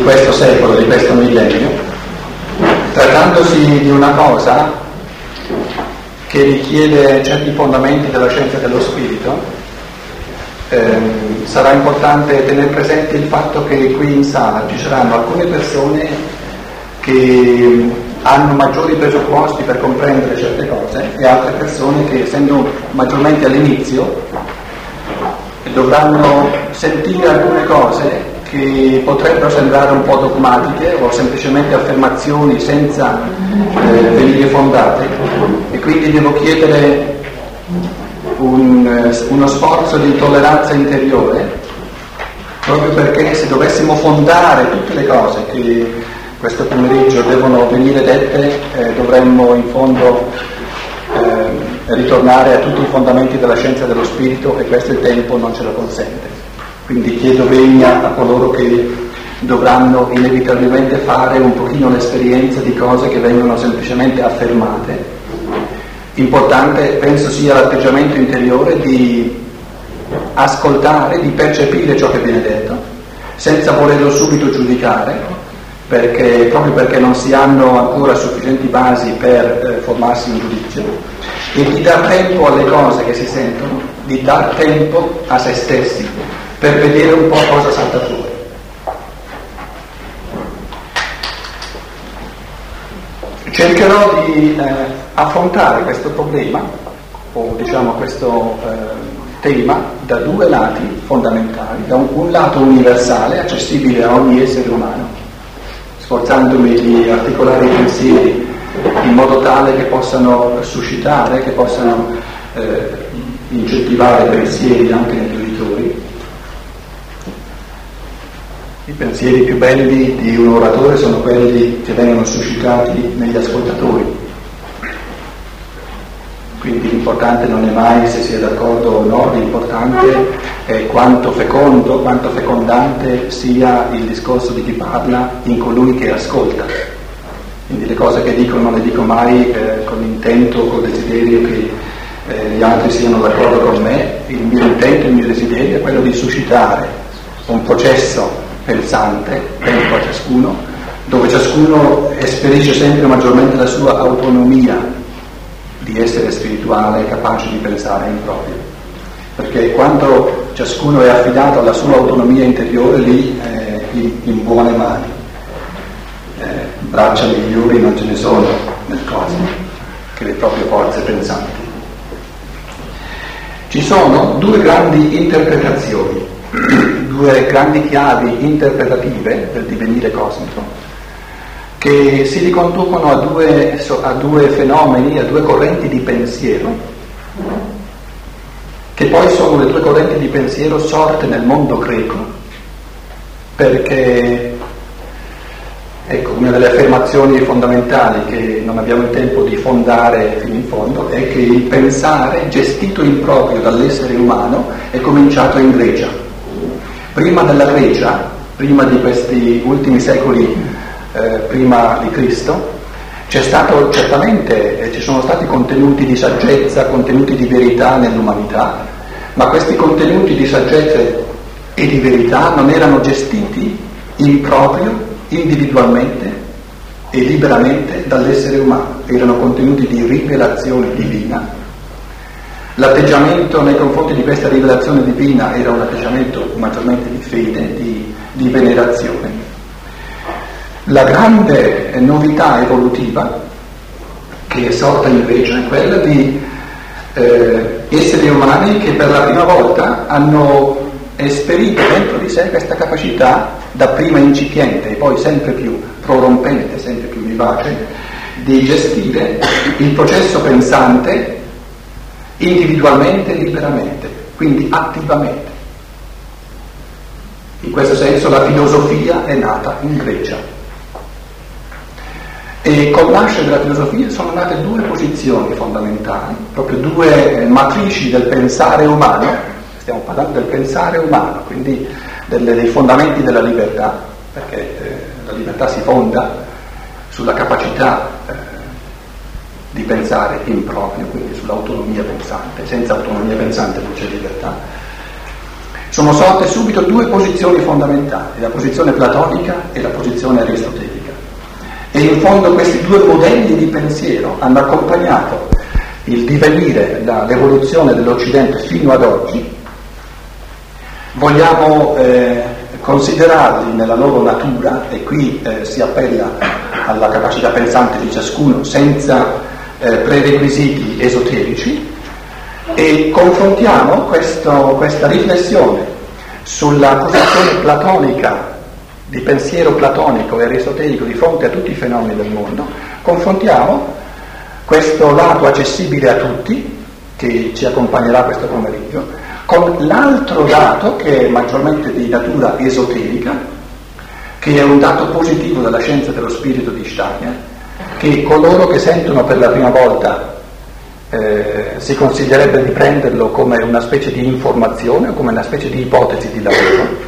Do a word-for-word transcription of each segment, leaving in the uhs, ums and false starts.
questo secolo, di questo millennio, trattandosi di una cosa che richiede certi fondamenti della scienza dello spirito, ehm, sarà importante tenere presente il fatto che qui in sala ci saranno alcune persone che hanno maggiori presupposti per comprendere certe cose e altre persone che, essendo maggiormente all'inizio, dovranno sentire alcune cose che potrebbero sembrare un po' dogmatiche o semplicemente affermazioni senza eh, venire fondate, e quindi devo chiedere un, uno sforzo di tolleranza interiore, proprio perché se dovessimo fondare tutte le cose che questo pomeriggio devono venire dette, eh, dovremmo in fondo eh, ritornare a tutti i fondamenti della scienza dello spirito, e questo il tempo non ce lo consente. Quindi chiedo vegna a coloro che dovranno inevitabilmente fare un pochino l'esperienza di cose che vengono semplicemente affermate. Importante penso sia l'atteggiamento interiore di ascoltare, di percepire ciò che viene detto, senza volerlo subito giudicare, perché, proprio perché non si hanno ancora sufficienti basi per eh, formarsi un giudizio, e di dar tempo alle cose che si sentono, di dar tempo a se stessi per vedere un po' cosa salta fuori. Cercherò di eh, affrontare questo problema, o diciamo questo eh, tema, da due lati fondamentali: da un, un lato universale, accessibile a ogni essere umano, sforzandomi di articolare i pensieri in modo tale che possano suscitare, che possano eh, incentivare pensieri anche negli uditori. I pensieri più belli di un oratore sono quelli che vengono suscitati negli ascoltatori. Quindi l'importante non è mai se si è d'accordo o no, l'importante è quanto fecondo, quanto fecondante sia il discorso di chi parla in colui che ascolta. Quindi le cose che dico non le dico mai eh, con intento o con desiderio che eh, gli altri siano d'accordo con me. Il mio intento, il mio desiderio è quello di suscitare un processo pensante dentro a ciascuno, dove ciascuno esperisce sempre maggiormente la sua autonomia di essere spirituale, capace di pensare in proprio. Perché quando ciascuno è affidato alla sua autonomia interiore, lì è in, in buone mani. Eh, braccia migliori non ce ne sono nel cosmo che le proprie forze pensanti. Ci sono due grandi interpretazioni, due grandi chiavi interpretative del divenire cosmico, che si riconducono a due, a due fenomeni, a due correnti di pensiero, che poi sono le due correnti di pensiero sorte nel mondo greco, perché ecco, una delle affermazioni fondamentali che non abbiamo il tempo di fondare fino in fondo è che il pensare gestito in proprio dall'essere umano è cominciato in Grecia. Prima della Grecia, prima di questi ultimi secoli eh, prima di Cristo, c'è stato certamente, eh, ci sono stati contenuti di saggezza, contenuti di verità nell'umanità, ma questi contenuti di saggezza e di verità non erano gestiti in proprio, individualmente e liberamente dall'essere umano, erano contenuti di rivelazione divina. L'atteggiamento nei confronti di questa rivelazione divina era un atteggiamento maggiormente di fede, di, di venerazione. La grande novità evolutiva che è sorta in Grecia è quella di eh, esseri umani che per la prima volta hanno esperito dentro di sé questa capacità, dapprima incipiente e poi sempre più prorompente, sempre più vivace, di gestire il processo pensante individualmente e liberamente, quindi attivamente. In questo senso la filosofia è nata in Grecia, e con l'ascesa della filosofia sono nate due posizioni fondamentali, proprio due matrici del pensare umano. Stiamo parlando del pensare umano, quindi delle, dei fondamenti della libertà, perché eh, la libertà si fonda sulla capacità eh, di pensare in proprio, quindi sull'autonomia pensante. Senza autonomia pensante non c'è libertà. sono sorte subito due posizioni fondamentali, la posizione platonica e la posizione aristotelica. E in fondo questi due modelli di pensiero hanno accompagnato il divenire, la, l'evoluzione dell'Occidente fino ad oggi. Vogliamo eh, considerarli nella loro natura, e qui eh, si appella alla capacità pensante di ciascuno senza eh, prerequisiti esoterici, e confrontiamo questo, questa riflessione sulla posizione platonica, di pensiero platonico e aristotelico di fronte a tutti i fenomeni del mondo, confrontiamo questo lato accessibile a tutti, che ci accompagnerà questo pomeriggio, con l'altro dato che è maggiormente di natura esoterica, che è un dato positivo della scienza dello spirito di Steiner, che coloro che sentono per la prima volta eh, si consiglierebbe di prenderlo come una specie di informazione o come una specie di ipotesi di lavoro.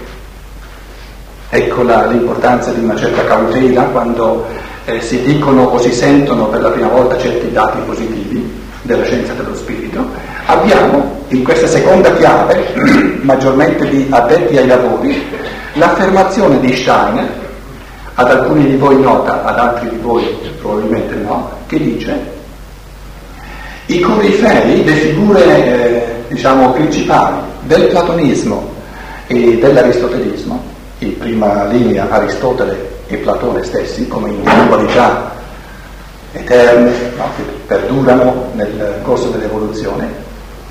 Ecco la, l'importanza di una certa cautela quando eh, si dicono o si sentono per la prima volta certi dati positivi della scienza dello spirito. Abbiamo in questa seconda chiave, maggiormente di addetti ai lavori, l'affermazione di Steiner, ad alcuni di voi nota, ad altri di voi probabilmente no, che dice: i corifei, le figure eh, diciamo principali del platonismo e dell'aristotelismo, in prima linea Aristotele e Platone stessi, come individualità eterne, no, che perdurano nel corso dell'evoluzione,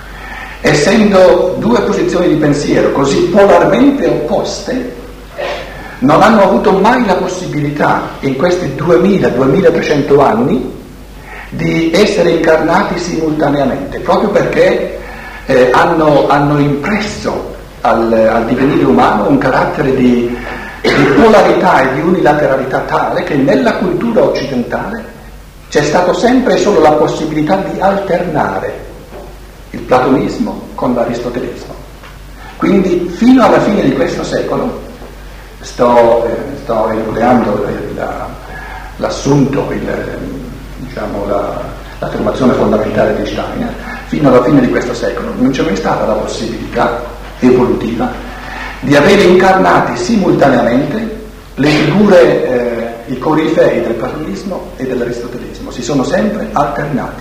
essendo due posizioni di pensiero così polarmente opposte, non hanno avuto mai la possibilità in questi duemila duemilatrecento anni di essere incarnati simultaneamente, proprio perché eh, hanno, hanno impresso al, al divenire umano un carattere di, di polarità e di unilateralità tale che nella cultura occidentale c'è stato sempre e solo la possibilità di alternare il platonismo con l'aristotelismo. Quindi fino alla fine di questo secolo, sto, eh, sto enucleando la, l'assunto, il, diciamo, la, l'affermazione fondamentale di Steiner, fino alla fine di questo secolo non c'è mai stata la possibilità evolutiva di avere incarnati simultaneamente le figure, eh, i corifei del platonismo e dell'aristotelismo, si sono sempre alternati.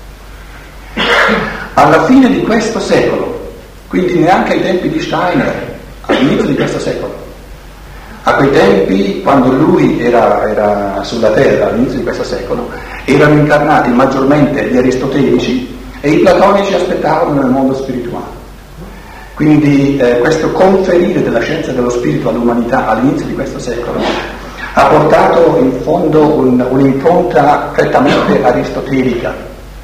Alla fine di questo secolo, quindi neanche ai tempi di Steiner, all'inizio di questo secolo, a quei tempi, quando lui era, era sulla terra, all'inizio di questo secolo, erano incarnati maggiormente gli aristotelici e i platonici aspettavano nel mondo spirituale. Quindi eh, questo conferire della scienza dello spirito all'umanità all'inizio di questo secolo ha portato in fondo un, un'impronta prettamente aristotelica.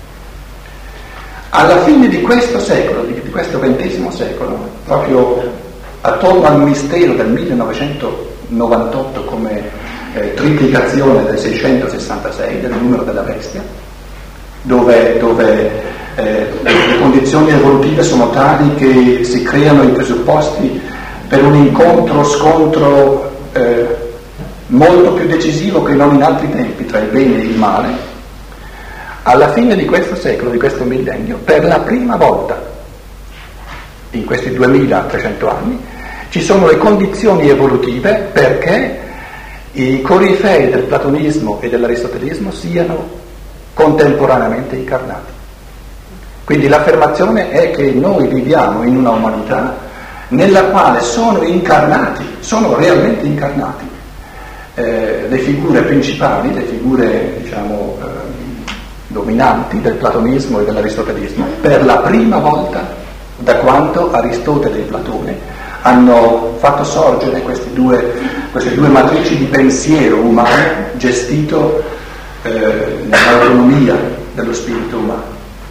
Alla fine di questo secolo, di, di questo ventesimo secolo, proprio attorno al mistero del millenovecentonovantotto come eh, triplicazione del seicentosessantasei, del numero della bestia, dove, dove eh, le condizioni evolutive sono tali che si creano i presupposti per un incontro, scontro eh, molto più decisivo che non in altri tempi tra il bene e il male. Alla fine di questo secolo, di questo millennio, per la prima volta in questi duemilatrecento anni ci sono le condizioni evolutive perché i corifei del platonismo e dell'aristotelismo siano contemporaneamente incarnati. Quindi l'affermazione è che noi viviamo in una umanità nella quale sono incarnati, sono realmente incarnati eh, le figure principali, le figure diciamo eh, dominanti del platonismo e dell'aristotelismo per la prima volta da quando Aristotele e Platone hanno fatto sorgere questi due, queste due matrici di pensiero umano gestito eh, nell'autonomia dello spirito umano.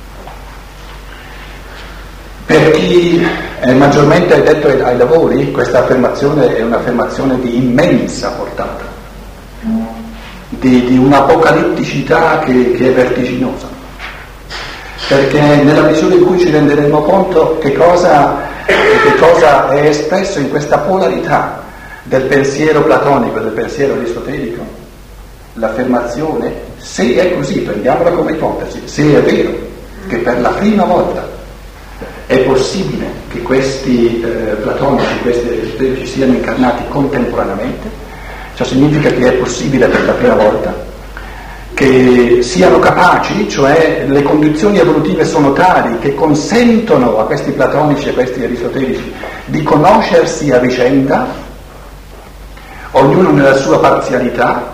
Per chi è maggiormente addetto ai, ai lavori, questa affermazione è un'affermazione di immensa portata, di, di un'apocalitticità che, che è vertiginosa, perché nella misura in cui ci renderemo conto che cosa, che cosa è espresso in questa polarità del pensiero platonico e del pensiero aristotelico, l'affermazione, se è così, prendiamola come ipotesi, se è vero che per la prima volta È possibile che questi eh, platonici, questi esoterici siano incarnati contemporaneamente, ciò significa che è possibile per la prima volta che siano capaci, cioè le condizioni evolutive sono tali che consentono a questi platonici e a questi aristotelici di conoscersi a vicenda, ognuno nella sua parzialità,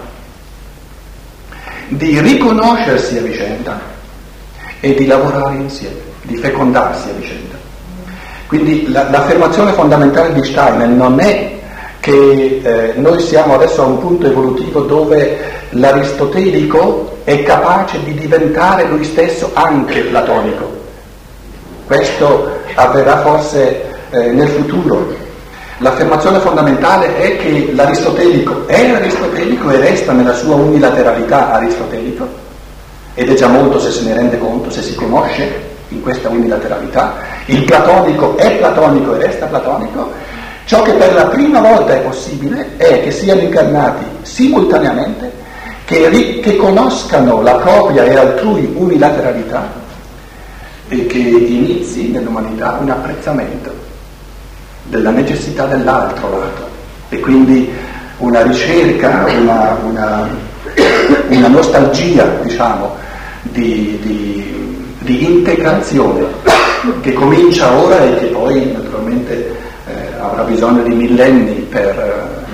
di riconoscersi a vicenda e di lavorare insieme, di fecondarsi a vicenda. Quindi la, l'affermazione fondamentale di Steiner non è che eh, noi siamo adesso a un punto evolutivo dove l'aristotelico è capace di diventare lui stesso anche platonico. Questo avverrà forse eh, nel futuro. L'affermazione fondamentale è che l'aristotelico è aristotelico e resta nella sua unilateralità aristotelico, ed è già molto se se ne rende conto, se si conosce in questa unilateralità. Il platonico è platonico e resta platonico. Ciò che per la prima volta è possibile è che siano incarnati simultaneamente, che, ri- che conoscano la propria e altrui unilateralità e che inizi nell'umanità un apprezzamento della necessità dell'altro lato, e quindi una ricerca, una, una, una nostalgia, diciamo, di, di, di integrazione che comincia ora e che poi naturalmente eh, avrà bisogno di millenni per,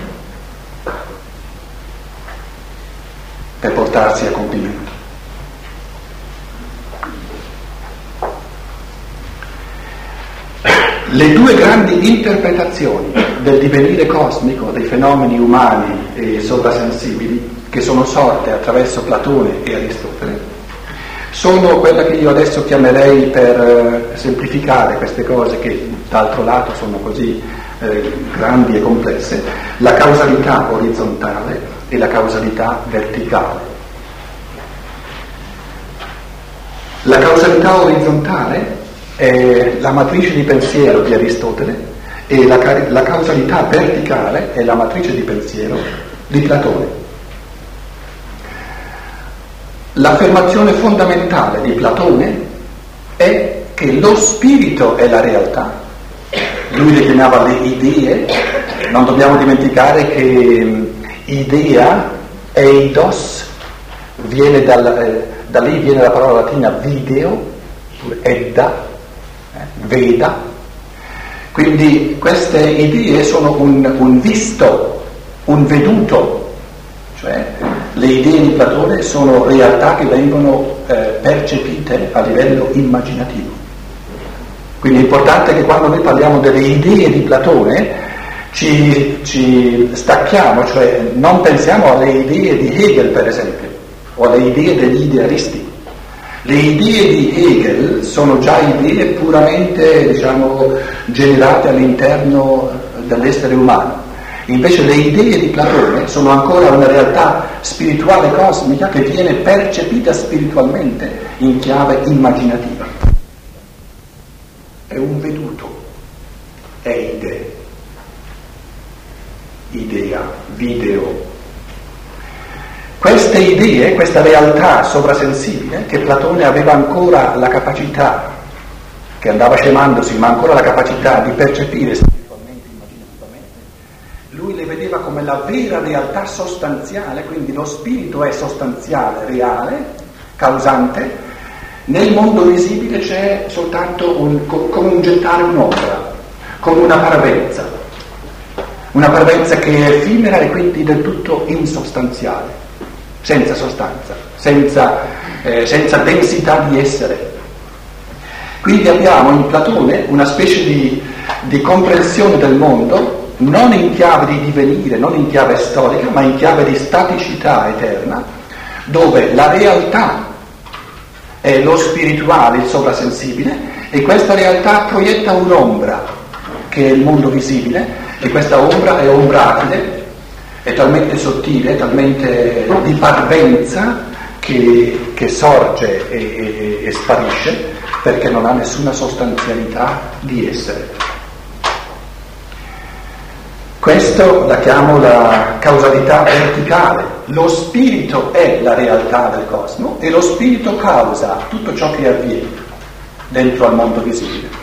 per portarsi a compimento. Le due grandi interpretazioni del divenire cosmico dei fenomeni umani e sovrasensibili che sono sorte attraverso Platone e Aristotele sono quella che io adesso chiamerei, per semplificare queste cose che d'altro lato sono così eh, grandi e complesse, la causalità orizzontale e la causalità verticale. La causalità orizzontale è la matrice di pensiero di Aristotele e la, la causalità verticale è la matrice di pensiero di Platone. L'affermazione fondamentale di Platone è che lo spirito è la realtà. Lui le chiamava le idee. Non dobbiamo dimenticare che idea, eidos, viene dal, eh, da lì viene la parola latina video, edda, Veda. Quindi queste idee sono un, un visto, un veduto, cioè le idee di Platone sono realtà che vengono eh, percepite a livello immaginativo. Quindi è importante che quando noi parliamo delle idee di Platone ci, ci stacchiamo, cioè non pensiamo alle idee di Hegel per esempio, o alle idee degli idealisti. Le idee di Hegel sono già idee puramente, diciamo, generate all'interno dell'essere umano. Invece le idee di Platone sono ancora una realtà spirituale cosmica che viene percepita spiritualmente in chiave immaginativa. È un veduto, è idee, idea, video. Queste idee, questa realtà sovrasensibile, che Platone aveva ancora la capacità, che andava scemandosi, ma ancora la capacità di percepire spiritualmente, immaginativamente, lui le vedeva come la vera realtà sostanziale, quindi lo spirito è sostanziale, reale, causante. Nel mondo visibile c'è soltanto un, come un gettare un'ombra, come una parvenza, una parvenza che è effimera e quindi del tutto insostanziale, senza sostanza, senza, eh, senza densità di essere. Quindi abbiamo in Platone una specie di, di comprensione del mondo, non in chiave di divenire, non in chiave storica, ma in chiave di staticità eterna, dove la realtà è lo spirituale, il sovrasensibile, e questa realtà proietta un'ombra, che è il mondo visibile, e questa ombra è ombratile, è talmente sottile, talmente di parvenza che, che sorge e, e, e sparisce, perché non ha nessuna sostanzialità di essere. Questo la chiamo la causalità verticale. Lo spirito è la realtà del cosmo e lo spirito causa tutto ciò che avviene dentro al mondo visibile.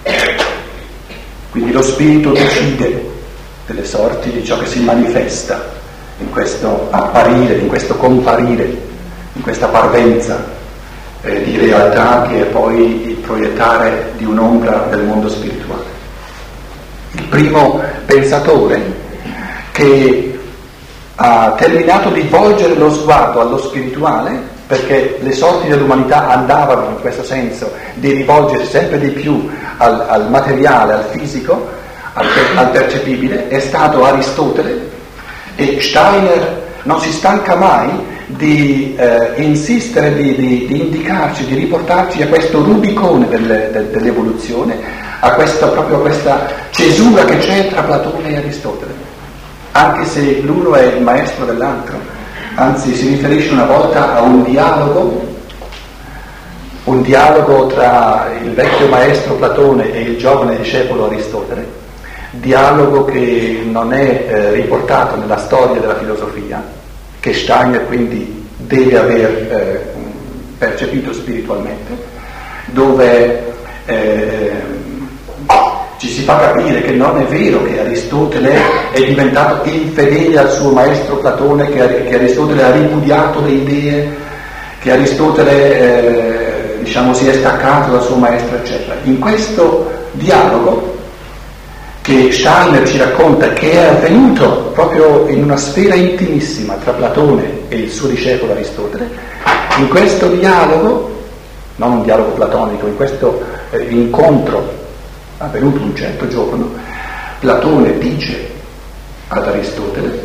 Quindi lo spirito decide delle sorti di ciò che si manifesta in questo apparire, in questo comparire, in questa parvenza eh, di realtà che è poi il proiettare di un'ombra del mondo spirituale. Il primo pensatore che ha terminato di volgere lo sguardo allo spirituale, perché le sorti dell'umanità andavano in questo senso di rivolgersi sempre di più al, al materiale, al fisico, al, al percepibile, è stato Aristotele, e Steiner non si stanca mai di eh, insistere, di, di, di indicarci, di riportarci a questo Rubicone delle, de, dell'evoluzione, a questa, proprio a questa cesura che c'è tra Platone e Aristotele, anche se l'uno è il maestro dell'altro. Anzi, si riferisce una volta a un dialogo, un dialogo tra il vecchio maestro Platone e il giovane discepolo Aristotele, dialogo che non è eh, riportato nella storia della filosofia, che Steiner quindi deve aver eh, percepito spiritualmente, dove eh, ci si fa capire che non è vero che Aristotele è diventato infedele al suo maestro Platone, che, che Aristotele ha ripudiato le idee, che Aristotele eh, diciamo si è staccato dal suo maestro, eccetera. In questo dialogo che Steiner ci racconta, che è avvenuto proprio in una sfera intimissima tra Platone e il suo discepolo Aristotele, in questo dialogo, non un dialogo platonico, in questo eh, incontro avvenuto un certo giorno, Platone dice ad Aristotele: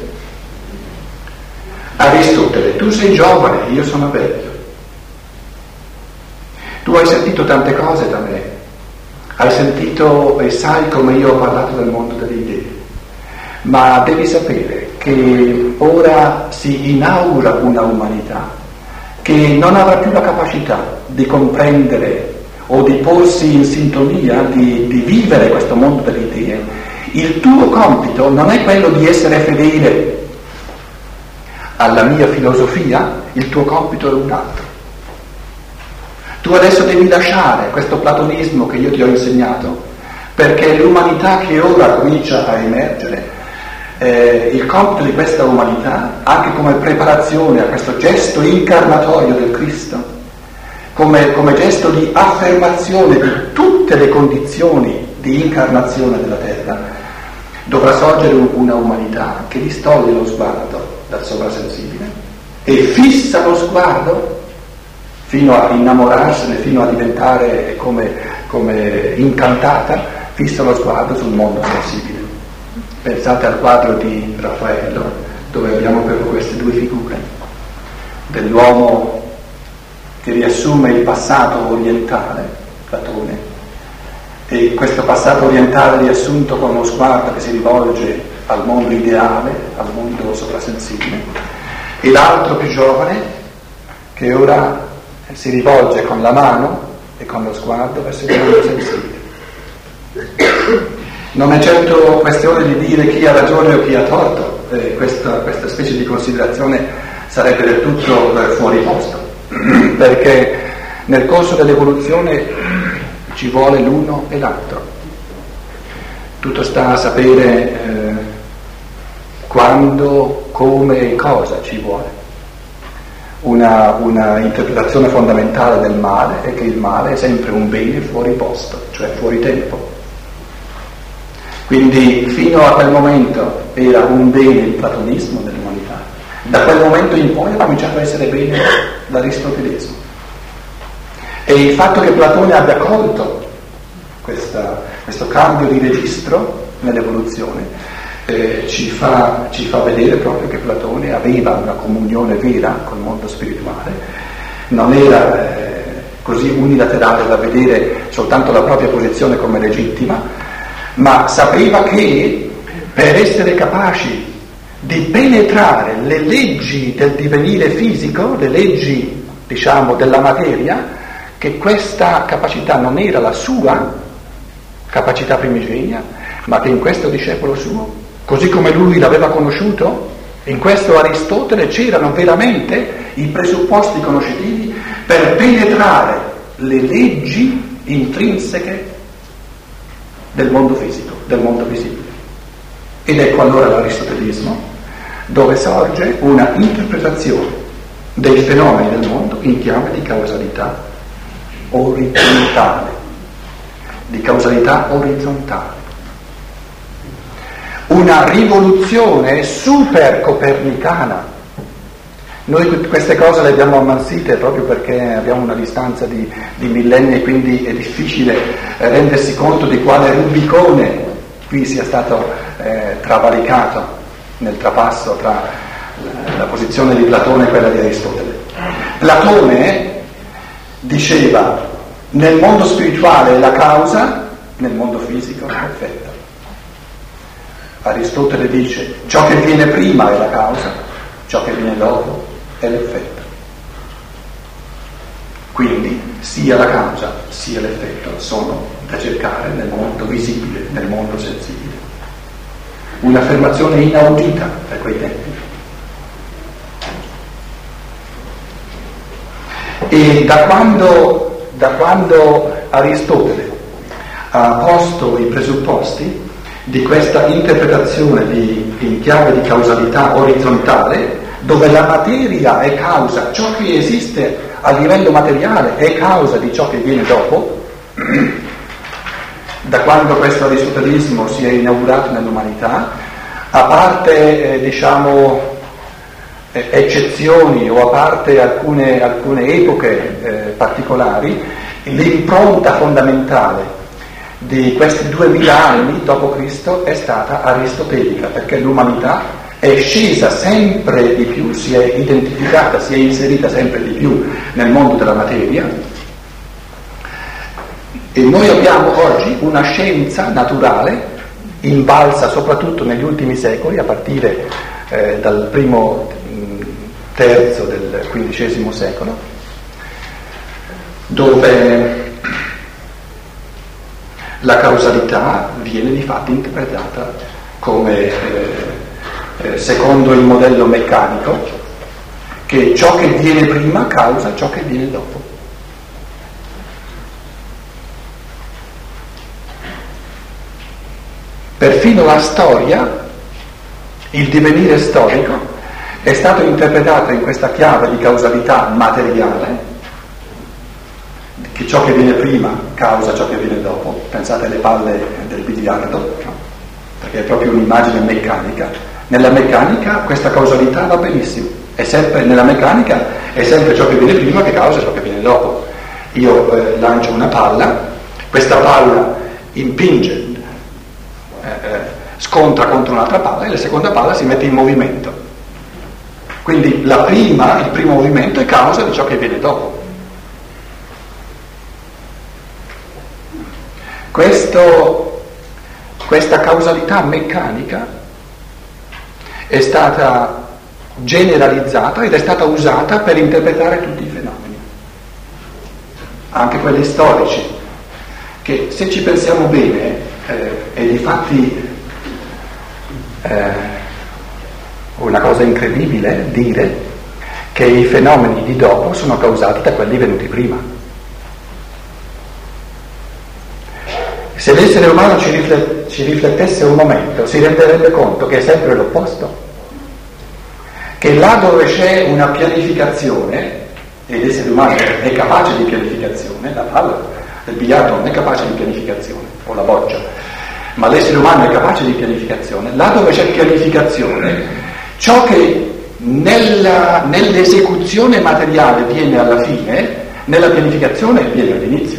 Aristotele, tu sei giovane, io sono vecchio, tu hai sentito tante cose da me, hai sentito e sai come io ho parlato del mondo delle idee, ma devi sapere che ora si inaugura una umanità che non avrà più la capacità di comprendere o di porsi in sintonia, di, di vivere questo mondo delle idee. Il tuo compito non è quello di essere fedele alla mia filosofia, il tuo compito è un altro. Tu adesso devi lasciare questo platonismo che io ti ho insegnato, perché l'umanità che ora comincia a emergere, eh, il compito di questa umanità, anche come preparazione a questo gesto incarnatorio del Cristo, Come, come gesto di affermazione di tutte le condizioni di incarnazione della terra, dovrà sorgere una umanità che distoglie lo sguardo dal sovrasensibile e fissa lo sguardo fino a innamorarsene, fino a diventare come, come incantata, fissa lo sguardo sul mondo sensibile. Pensate al quadro di Raffaello, dove abbiamo proprio queste due figure dell'uomo che riassume il passato orientale, Platone, e questo passato orientale riassunto con uno sguardo che si rivolge al mondo ideale, al mondo sovrasensibile, e l'altro più giovane che ora si rivolge con la mano e con lo sguardo verso il mondo sensibile. Non è certo questione di dire chi ha ragione o chi ha torto, eh, questa, questa specie di considerazione sarebbe del tutto eh, fuori posto, perché nel corso dell'evoluzione ci vuole l'uno e l'altro. Tutto sta a sapere eh, quando, come e cosa ci vuole. Una, una interpretazione fondamentale del male è che il male è sempre un bene fuori posto, cioè fuori tempo. Quindi fino a quel momento era un bene il platonismo dell'umanità, da quel momento in poi ha cominciato a essere bene l'aristotelesimo. E il fatto che Platone abbia colto questa, questo cambio di registro nell'evoluzione eh, ci, fa, ci fa vedere proprio che Platone aveva una comunione vera col mondo spirituale, non era eh, così unilaterale da vedere soltanto la propria posizione come legittima, ma sapeva che per essere capaci di penetrare le leggi del divenire fisico, le leggi, diciamo, della materia, che questa capacità non era la sua capacità primigenia, ma che in questo discepolo suo, così come lui l'aveva conosciuto, in questo Aristotele c'erano veramente i presupposti conoscitivi per penetrare le leggi intrinseche del mondo fisico, del mondo visibile. Ed ecco allora l'aristotelismo, dove sorge una interpretazione dei fenomeni del mondo in chiave di causalità orizzontale, di causalità orizzontale. Una rivoluzione super copernicana. Noi queste cose le abbiamo ammansite proprio perché abbiamo una distanza di, di millenni e quindi è difficile eh, rendersi conto di quale Rubicone qui sia stato eh, travalicato nel trapasso tra la, la posizione di Platone e quella di Aristotele. Platone diceva: nel mondo spirituale è la causa, nel mondo fisico è l'effetto. Aristotele dice: ciò che viene prima è la causa, ciò che viene dopo è l'effetto. Quindi sia la causa sia l'effetto sono da cercare nel mondo visibile, nel mondo sensibile. Un'affermazione inaudita per quei tempi. E da quando, da quando Aristotele ha posto i presupposti di questa interpretazione di, in chiave di causalità orizzontale, dove la materia è causa, ciò che esiste a livello materiale è causa di ciò che viene dopo, da quando questo aristotelismo si è inaugurato nell'umanità, a parte eh, diciamo eh, eccezioni o a parte alcune, alcune epoche eh, particolari, l'impronta fondamentale di questi duemila anni dopo Cristo è stata aristotelica, perché l'umanità è scesa sempre di più, si è identificata, si è inserita sempre di più nel mondo della materia, e noi abbiamo oggi una scienza naturale invalsa soprattutto negli ultimi secoli, a partire eh, dal primo mh, terzo del quindicesimo secolo, dove la causalità viene di fatto interpretata come eh, eh, secondo il modello meccanico, che ciò che viene prima causa ciò che viene dopo. Perfino la storia, il divenire storico, è stato interpretato in questa chiave di causalità materiale, che ciò che viene prima causa ciò che viene dopo. Pensate alle palle del biliardo, no? Perché è proprio un'immagine meccanica. Nella meccanica questa causalità va benissimo, è sempre, nella meccanica è sempre ciò che viene prima che causa ciò che viene dopo. Io eh, lancio una palla, questa palla impinge, eh, eh, scontra contro un'altra palla e la seconda palla si mette in movimento. Quindi la prima, il primo movimento è causa di ciò che viene dopo. Questo, questa causalità meccanica è stata generalizzata ed è stata usata per interpretare tutti i fenomeni, anche quelli storici, che se ci pensiamo bene eh, è difatti eh, una cosa incredibile dire che i fenomeni di dopo sono causati da quelli venuti prima. Se l'essere umano ci, riflet- ci riflettesse un momento, si renderebbe conto che è sempre l'opposto, che là dove c'è una pianificazione, e l'essere umano è capace di pianificazione, la palla del biliardo non è capace di pianificazione, o la boccia, ma l'essere umano è capace di pianificazione, là dove c'è pianificazione, ciò che nella, nell'esecuzione materiale viene alla fine, nella pianificazione viene all'inizio.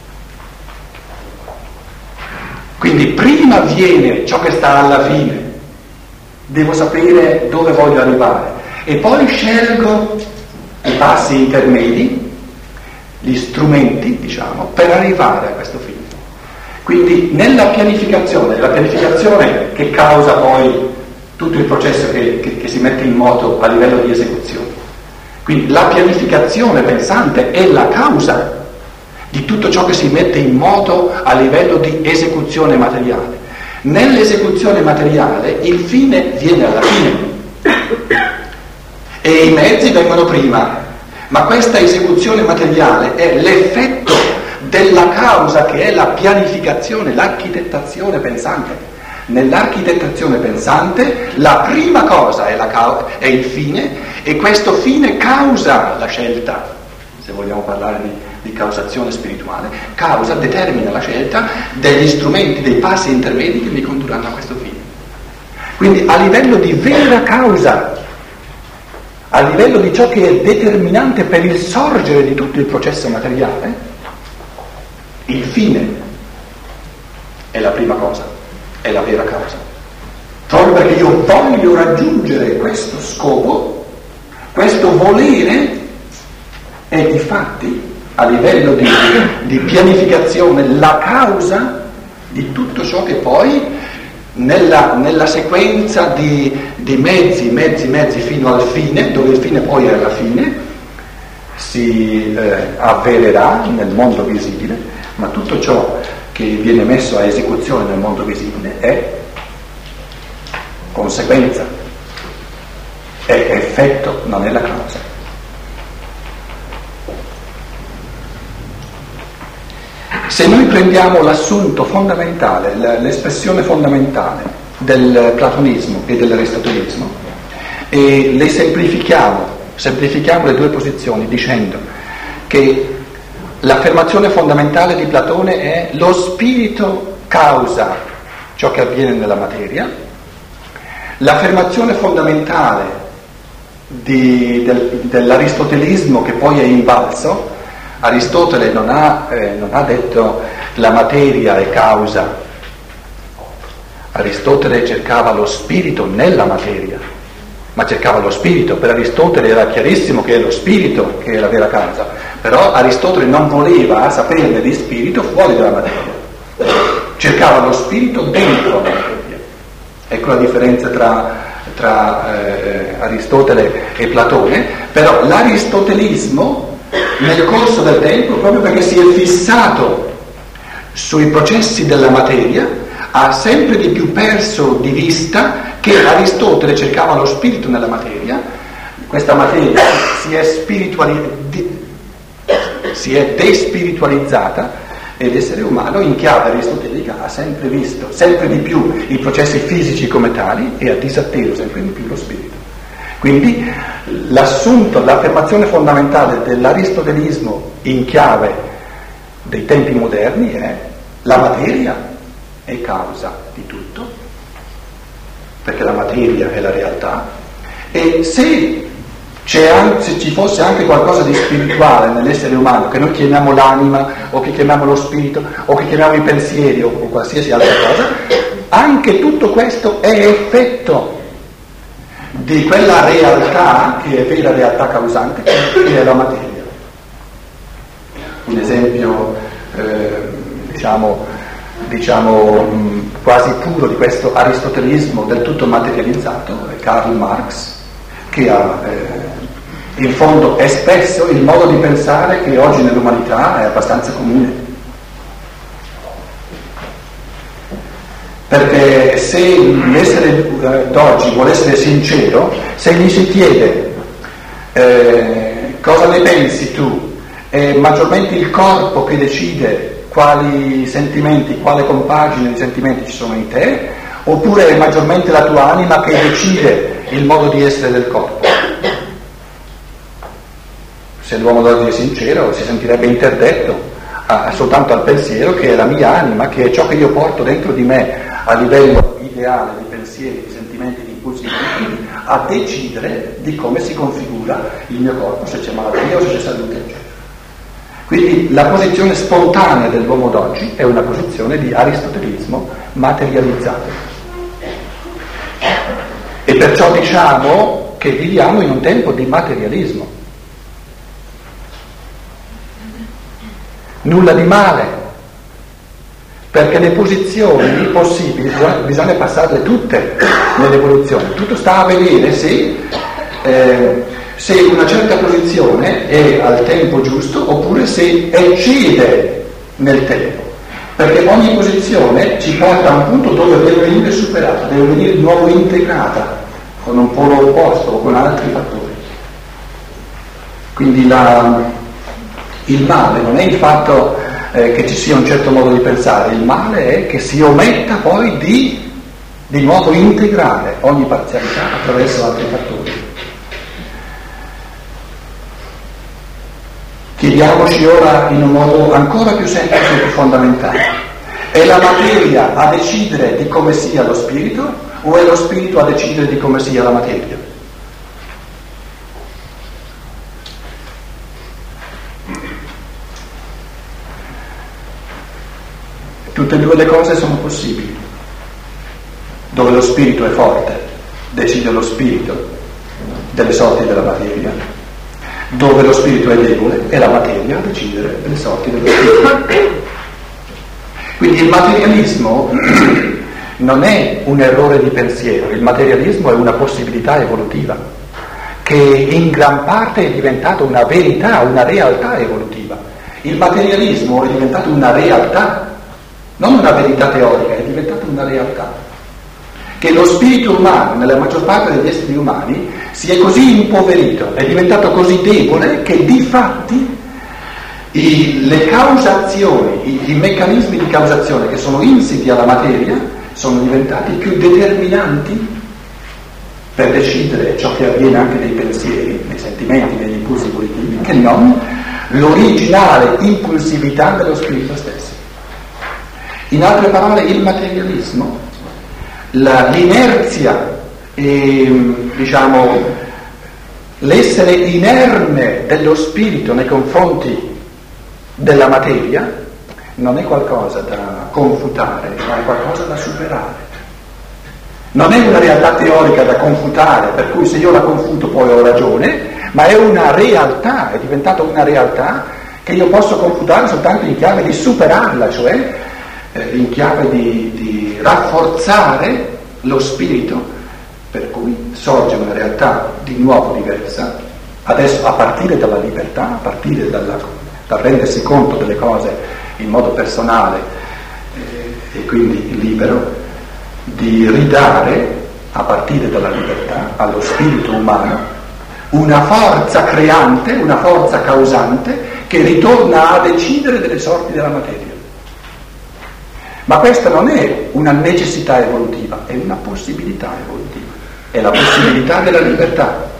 Quindi prima viene ciò che sta alla fine, devo sapere dove voglio arrivare, e poi scelgo i passi intermedi, gli strumenti, diciamo, per arrivare a questo fine. Quindi nella pianificazione, la pianificazione che causa poi tutto il processo che, che, che si mette in moto a livello di esecuzione. Quindi la pianificazione pensante è la causa di tutto ciò che si mette in moto a livello di esecuzione materiale. Nell'esecuzione materiale il fine viene alla fine e i mezzi vengono prima, ma questa esecuzione materiale è l'effetto della causa che è la pianificazione, l'architettazione pensante. Nell'architettazione pensante la prima cosa è, la cau- è il fine, e questo fine causa la scelta, se vogliamo parlare di, di causazione spirituale, causa, determina la scelta degli strumenti, dei passi intermedi che mi condurranno a questo fine. Quindi a livello di vera causa, a livello di ciò che è determinante per il sorgere di tutto il processo materiale, il fine è la prima cosa. È la vera causa. Proprio perché io voglio raggiungere questo scopo, questo volere è di fatti, a livello di, di pianificazione, la causa di tutto ciò che poi nella, nella sequenza di, di mezzi, mezzi, mezzi fino al fine, dove il fine poi è la fine, si eh, avvererà nel mondo visibile, ma tutto ciò che viene messo a esecuzione nel mondo visibile è conseguenza, è effetto, non è la causa. Se noi prendiamo l'assunto fondamentale, l'espressione fondamentale del platonismo e dell'aristotelismo e le semplifichiamo, semplifichiamo le due posizioni dicendo che l'affermazione fondamentale di Platone è lo spirito causa ciò che avviene nella materia, l'affermazione fondamentale di, del, dell'aristotelismo che poi è invalso. Aristotele non ha, eh, non ha detto la materia è causa, Aristotele cercava lo spirito nella materia, ma cercava lo spirito. Per Aristotele era chiarissimo che è lo spirito che è la vera causa, però Aristotele non voleva saperne di spirito fuori dalla materia, cercava lo spirito dentro la materia. Ecco la differenza tra, tra eh, Aristotele e Platone. Però l'aristotelismo nel corso del tempo, proprio perché si è fissato sui processi della materia, ha sempre di più perso di vista che Aristotele cercava lo spirito nella materia. Questa materia si è, spirituali- si è despiritualizzata e l'essere umano in chiave aristotelica ha sempre visto sempre di più i processi fisici come tali e ha disatteso sempre di più lo spirito. Quindi l'assunto, l'affermazione fondamentale dell'aristotelismo in chiave dei tempi moderni è la materia è causa di tutto, perché la materia è la realtà, e se, c'è anche, se ci fosse anche qualcosa di spirituale nell'essere umano, che noi chiamiamo l'anima, o che chiamiamo lo spirito, o che chiamiamo i pensieri, o, o qualsiasi altra cosa, anche tutto questo è effetto di quella realtà che è vera realtà causante, che è la materia. Un esempio eh, diciamo, diciamo mh, quasi puro di questo aristotelismo del tutto materializzato è Karl Marx, che ha eh, in fondo espresso il modo di pensare che oggi nell'umanità è abbastanza comune. Perché se l'essere eh, d'oggi vuole essere sincero, se gli si chiede eh, cosa ne pensi tu, è maggiormente il corpo che decide quali sentimenti, quale compagine di sentimenti ci sono in te, oppure è maggiormente la tua anima che decide il modo di essere del corpo? Se l'uomo d'oggi è sincero si sentirebbe interdetto a, soltanto al pensiero che è la mia anima, che è ciò che io porto dentro di me a livello ideale di pensieri, di sentimenti, di impulsi, a decidere di come si configura il mio corpo, se c'è malattia o se c'è salute, eccetera. Quindi la posizione spontanea dell'uomo d'oggi è una posizione di aristotelismo materializzato. E perciò diciamo che viviamo in un tempo di materialismo. Nulla di male, perché le posizioni possibili bisogna, bisogna passarle tutte nell'evoluzione. Tutto sta a vedere se, eh, se una certa posizione è al tempo giusto oppure se eccede nel tempo, perché ogni posizione ci porta a un punto dove deve venire superata, deve venire di nuovo integrata con un polo opposto o con altri fattori. Quindi la, il male non è il fatto eh, che ci sia un certo modo di pensare, il male è che si ometta poi di, di nuovo integrare ogni parzialità attraverso altri fattori. Chiediamoci ora in un modo ancora più semplice e più fondamentale: è la materia a decidere di come sia lo spirito o è lo spirito a decidere di come sia la materia? Tutte e due le cose sono possibili. Dove lo spirito è forte, decide lo spirito delle sorti della materia. Dove lo spirito è debole, è la materia a decidere delle sorti dello spirito. Quindi il materialismo non è un errore di pensiero, il materialismo è una possibilità evolutiva che in gran parte è diventata una verità, una realtà evolutiva. Il materialismo è diventato una realtà, non una verità teorica, è diventata una realtà. Che lo spirito umano, nella maggior parte degli esseri umani, si è così impoverito, è diventato così debole che di fatti i, le causazioni, i, i meccanismi di causazione che sono insiti alla materia sono diventati più determinanti per decidere ciò che avviene anche nei pensieri, nei sentimenti, negli impulsi volitivi, che non l'originale impulsività dello spirito stesso. In altre parole, il materialismo, la, l'inerzia e, diciamo, l'essere inerme dello spirito nei confronti della materia non è qualcosa da confutare, ma è qualcosa da superare. Non è una realtà teorica da confutare, per cui se io la confuto poi ho ragione, ma è una realtà, è diventata una realtà che io posso confutare soltanto in chiave di superarla, cioè eh, in chiave di, di rafforzare lo spirito, per cui sorge una realtà di nuovo diversa, adesso a partire dalla libertà, a partire dalla, dal rendersi conto delle cose in modo personale eh, e quindi libero, di ridare a partire dalla libertà allo spirito umano una forza creante, una forza causante che ritorna a decidere delle sorti della materia. Ma questa non è una necessità evolutiva, è una possibilità evolutiva, è la possibilità della libertà.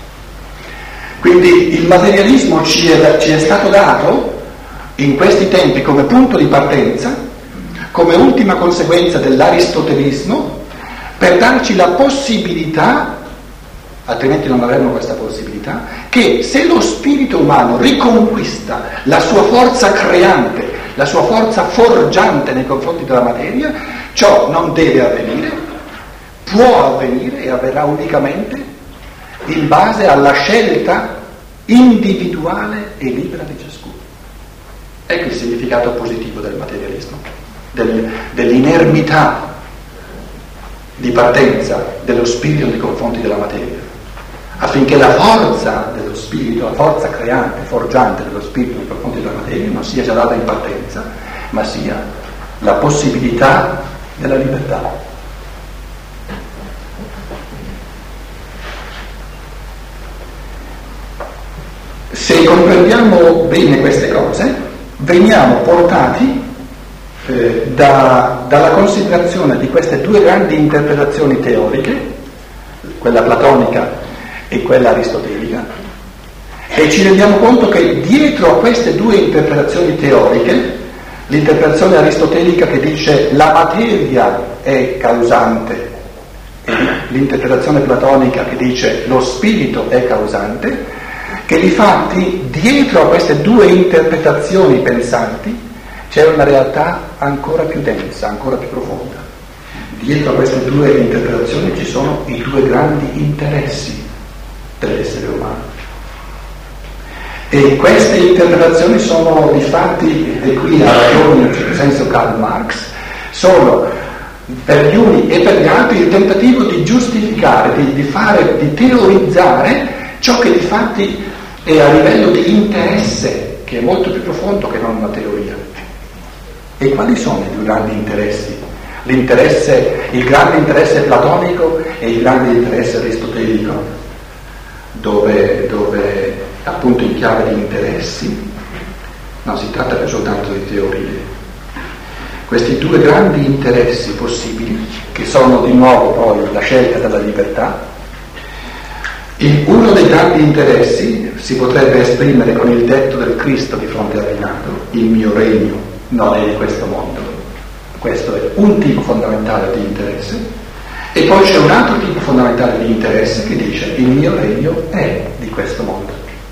Quindi il materialismo ci è, ci è stato dato in questi tempi come punto di partenza, come ultima conseguenza dell'aristotelismo, per darci la possibilità, altrimenti non avremmo questa possibilità, che se lo spirito umano riconquista la sua forza creante, la sua forza forgiante nei confronti della materia, ciò non deve avvenire, può avvenire e avverrà unicamente in base alla scelta individuale e libera di ciascuno. Ecco il significato positivo del materialismo, del, dell'inermità di partenza dello spirito nei confronti della materia, affinché la forza dello spirito, la forza creante, forgiante dello spirito nei confronti della materia non sia già data in partenza, ma sia la possibilità della libertà. Se comprendiamo bene queste cose, veniamo portati eh, da, dalla considerazione di queste due grandi interpretazioni teoriche, quella platonica e quella aristotelica, e ci rendiamo conto che dietro a queste due interpretazioni teoriche, l'interpretazione aristotelica che dice la materia è causante e l'interpretazione platonica che dice lo spirito è causante, che difatti dietro a queste due interpretazioni pensanti c'è una realtà ancora più densa, ancora più profonda. Dietro a queste due interpretazioni ci sono i due grandi interessi dell'essere umano. E queste interpretazioni sono difatti, e qui ha ragione in un certo senso Karl Marx, sono per gli uni e per gli altri il tentativo di giustificare, di, di fare, di teorizzare ciò che difatti è a livello di interesse, che è molto più profondo che non una teoria. E quali sono i due grandi interessi? L'interesse, il grande interesse platonico e il grande interesse aristotelico, dove, dove appunto in chiave di interessi non si tratta più soltanto di teorie. Questi due grandi interessi possibili, che sono di nuovo poi la scelta della libertà, il, uno dei grandi interessi si potrebbe esprimere con il detto del Cristo di fronte al Reinato: il mio regno non è di questo mondo. Questo è un tipo fondamentale di interesse, e poi c'è un altro tipo fondamentale di interesse che dice: il mio regno è di questo mondo.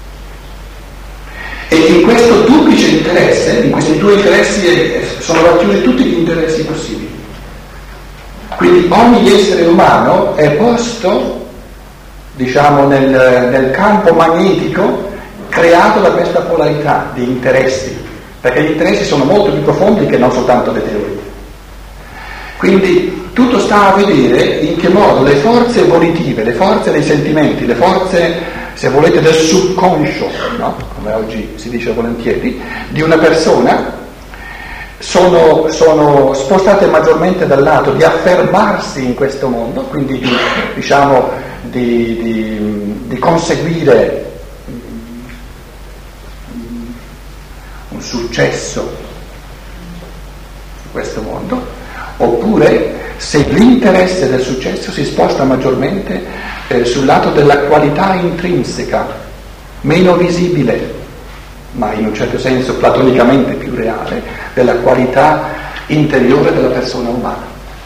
E in questo duplice interesse, in questi due interessi, sono racchiusi tutti gli interessi possibili. Quindi ogni essere umano è posto, diciamo, nel, nel campo magnetico creato da questa polarità di interessi, perché gli interessi sono molto più profondi che non soltanto le teorie. Quindi tutto sta a vedere in che modo le forze volitive, le forze dei sentimenti, le forze, se volete, del subconscio, no? Come oggi si dice volentieri, di una persona sono, sono spostate maggiormente dal lato di affermarsi in questo mondo, quindi di, diciamo, di, di, di conseguire un successo su questo mondo, oppure se l'interesse del successo si sposta maggiormente eh, sul lato della qualità intrinseca, meno visibile, ma in un certo senso platonicamente più reale, della qualità interiore della persona umana.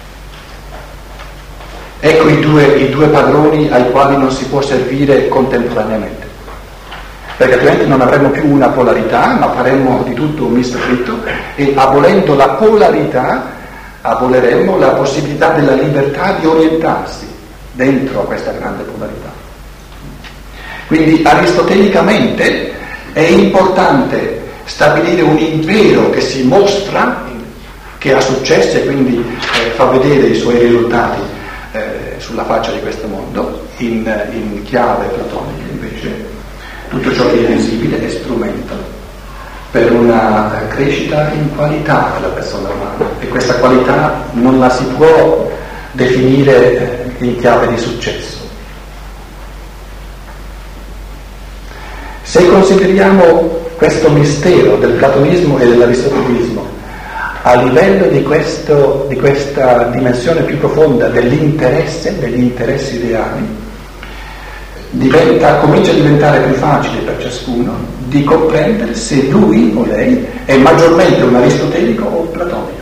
Ecco i due, i due padroni ai quali non si può servire contemporaneamente, perché altrimenti non avremmo più una polarità, ma faremmo di tutto un misto fritto, e abolendo la polarità aboleremmo la possibilità della libertà di orientarsi dentro a questa grande polarità. Quindi aristotelicamente è importante stabilire un impero che si mostra, che ha successo e quindi eh, fa vedere i suoi risultati eh, sulla faccia di questo mondo, in, in chiave platonica invece tutto ciò che è visibile è strumento per una crescita in qualità della persona umana, e questa qualità non la si può definire in chiave di successo. Se consideriamo questo mistero del platonismo e dell'aristotelismo a livello di, questo, di questa dimensione più profonda dell'interesse, degli interessi ideali, diventa, comincia a diventare più facile per ciascuno di comprendere se lui o lei è maggiormente un aristotelico o un platonico.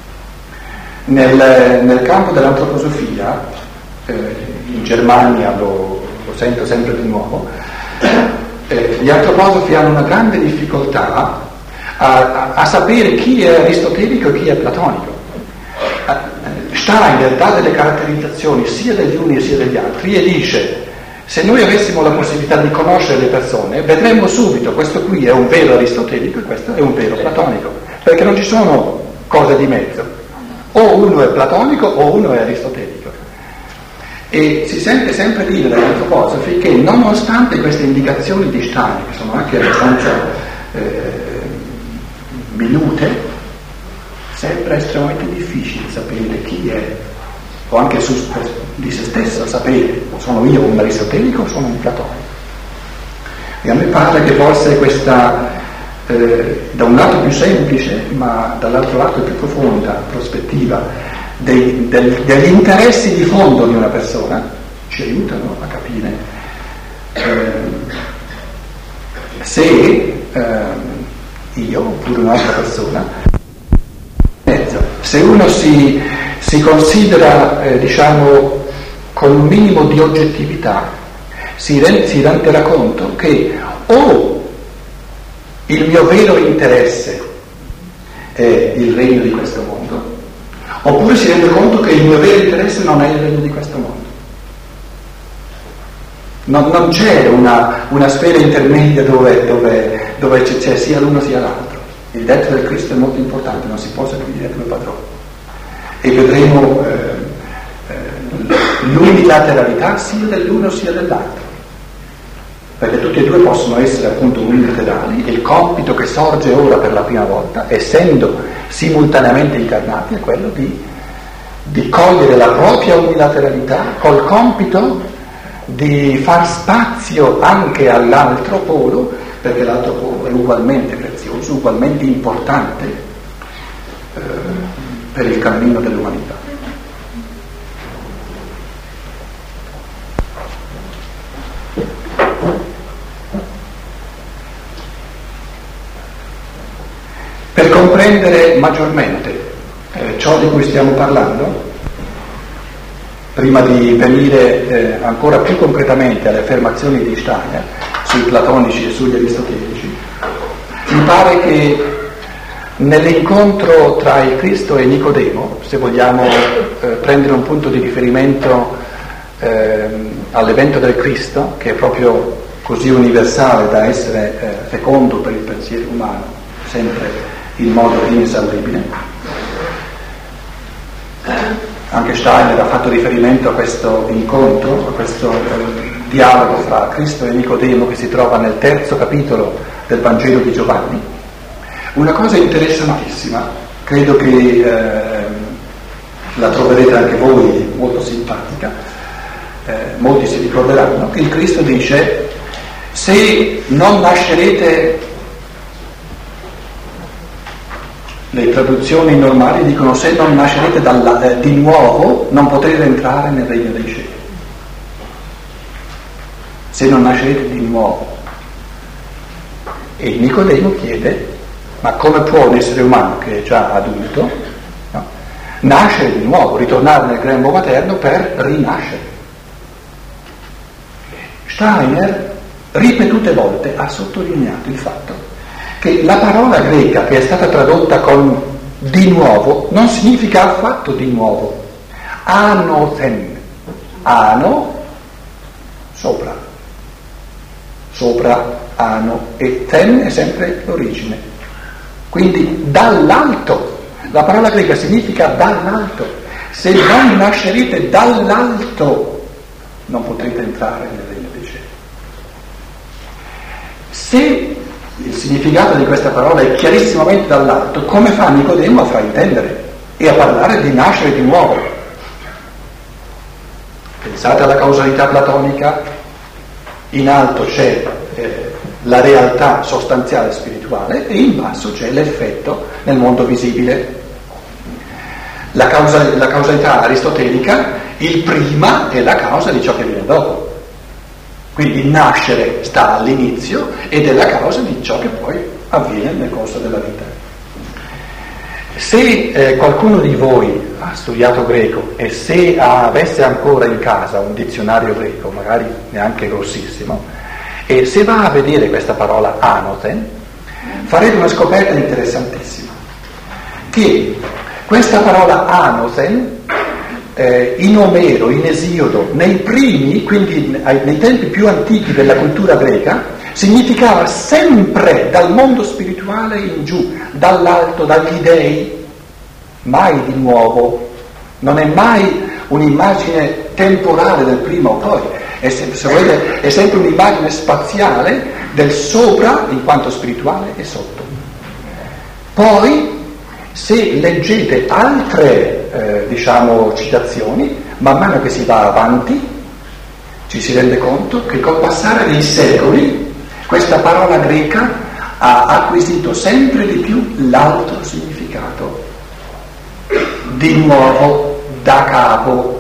Nel, nel campo dell'antroposofia, eh, in Germania lo, lo sento sempre di nuovo, eh, gli antroposofi hanno una grande difficoltà a, a, a sapere chi è aristotelico e chi è platonico. Steiner dà delle caratterizzazioni sia degli uni sia degli altri e dice: se noi avessimo la possibilità di conoscere le persone, vedremmo subito questo qui è un vero aristotelico e questo è un vero platonico, perché non ci sono cose di mezzo, o uno è platonico o uno è aristotelico. E si sente sempre dire dagli antroposofi che nonostante queste indicazioni di Steiner, che sono anche abbastanza eh, minute, sembra estremamente difficile sapere chi è, o anche su, di se stesso sapere: sono io un aristotelico o sono un platonico? E a me pare che forse questa, eh, da un lato più semplice, ma dall'altro lato più profonda prospettiva dei, del, degli interessi di fondo di una persona ci aiutano a capire eh, se eh, io oppure un'altra persona, se uno si, si considera eh, diciamo con un minimo di oggettività, si, rend, si renderà conto che o il mio vero interesse è il regno di questo mondo, oppure si rende conto che il mio vero interesse non è il regno di questo mondo. Non, non c'è una, una sfera intermedia dove, dove, dove c'è, c'è sia l'uno sia l'altro. Il detto del Cristo è molto importante: non si può servire due padroni. E vedremo eh, eh, l'unilateralità sia dell'uno sia dell'altro, perché tutti e due possono essere appunto unilaterali, e il compito che sorge ora per la prima volta, essendo simultaneamente incarnati, è quello di, di cogliere la propria unilateralità col compito di far spazio anche all'altro polo perché l'altro è ugualmente prezioso, ugualmente importante eh, per il cammino dell'umanità. Per comprendere maggiormente eh, ciò di cui stiamo parlando, prima di venire eh, ancora più concretamente alle affermazioni di Steiner sui platonici e sugli aristotelici, mi pare che nell'incontro tra il Cristo e Nicodemo, se vogliamo eh, prendere un punto di riferimento eh, all'evento del Cristo, che è proprio così universale da essere eh, fecondo per il pensiero umano, sempre in modo inesauribile. Anche Steiner ha fatto riferimento a questo incontro, a questo eh, dialogo fra Cristo e Nicodemo che si trova nel terzo capitolo del Vangelo di Giovanni. Una cosa interessantissima, credo che eh, la troverete anche voi molto simpatica, eh, molti si ricorderanno, che il Cristo dice: se non nascerete, le traduzioni normali dicono se non nascerete dalla, eh, di nuovo non potrete entrare nel regno dei cieli. Se non nascerete di nuovo. E Nicodemo chiede: ma come può un essere umano che è già adulto, no, nascere di nuovo, ritornare nel grembo materno per rinascere? Steiner ripetute volte ha sottolineato il fatto che la parola greca che è stata tradotta con di nuovo non significa affatto di nuovo. Anothen, ano, sopra, sopra, ano, e ten è sempre l'origine. Quindi dall'alto, la parola greca significa dall'alto. Se non nascerete dall'alto non potrete entrare nel regno dei cieli. Se il significato di questa parola è chiarissimamente dall'alto, come fa Nicodemo a fraintendere e a parlare di nascere di nuovo? Pensate alla causalità platonica: in alto c'è eh, la realtà sostanziale spirituale e in basso c'è l'effetto nel mondo visibile. La, causa, la causalità aristotelica, il prima è la causa di ciò che viene dopo. Quindi il nascere sta all'inizio ed è la causa di ciò che poi avviene nel corso della vita. Se eh, qualcuno di voi ha studiato greco e se avesse ancora in casa un dizionario greco, magari neanche grossissimo, e se va a vedere questa parola anothen, farete una scoperta interessantissima, che questa parola anothen Eh, in Omero, in Esiodo, nei primi, quindi nei tempi più antichi della cultura greca, significava sempre dal mondo spirituale in giù, dall'alto, dagli dei, mai di nuovo. Non è mai un'immagine temporale del prima o poi, è sempre, se volete, è sempre un'immagine spaziale del sopra in quanto spirituale e sotto. Poi, se leggete altre eh, diciamo citazioni, man mano che si va avanti ci si rende conto che col passare dei secoli questa parola greca ha acquisito sempre di più l'altro significato, di nuovo, da capo.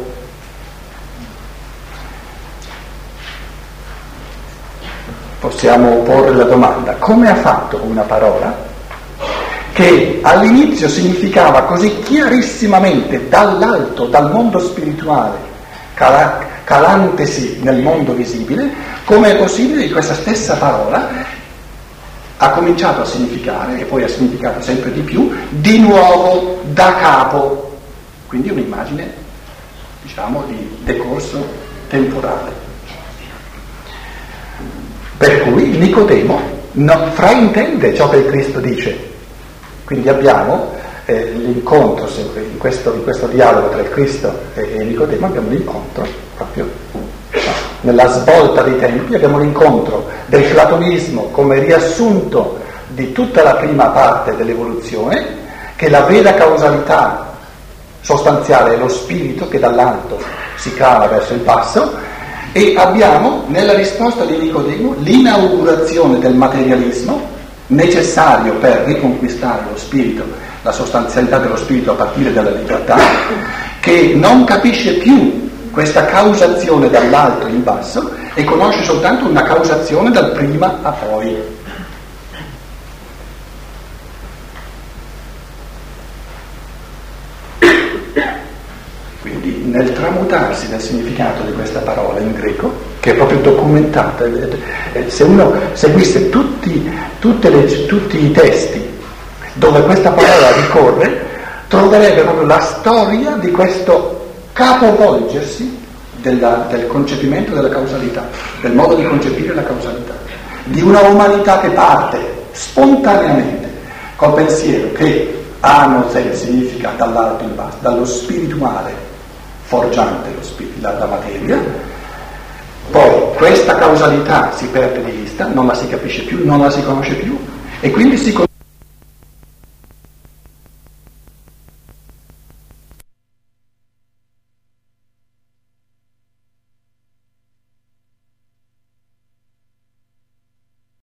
Possiamo porre la domanda: come ha fatto una parola che all'inizio significava così chiarissimamente dall'alto, dal mondo spirituale, cala- calantesi nel mondo visibile, come è possibile che questa stessa parola ha cominciato a significare, e poi ha significato sempre di più, di nuovo, da capo, quindi un'immagine, diciamo, di decorso temporale. Per cui Nicodemo non fraintende ciò che il Cristo dice. Quindi abbiamo eh, l'incontro, in questo, in questo dialogo tra il Cristo e, e Nicodemo abbiamo l'incontro proprio no, nella svolta dei tempi, abbiamo l'incontro del platonismo come riassunto di tutta la prima parte dell'evoluzione, che la vera causalità sostanziale è lo spirito che dall'alto si cala verso il basso, E abbiamo nella risposta di Nicodemo l'inaugurazione del materialismo necessario per riconquistare lo spirito, la sostanzialità dello spirito a partire dalla libertà, che non capisce più questa causazione dall'alto in basso e conosce soltanto una causazione dal prima a poi. Quindi nel tramutarsi del significato di questa parola in greco, che è proprio documentata, se uno seguisse tutti, tutte le, tutti i testi dove questa parola ricorre, troverebbe proprio la storia di questo capovolgersi della, del concepimento della causalità, del modo di concepire la causalità, di una umanità che parte spontaneamente col pensiero che Anozen significa dall'alto in basso, dallo spirituale forgiante lo spirito, la, la materia, poi questa causalità si perde di vista, non la si capisce più, non la si conosce più e quindi si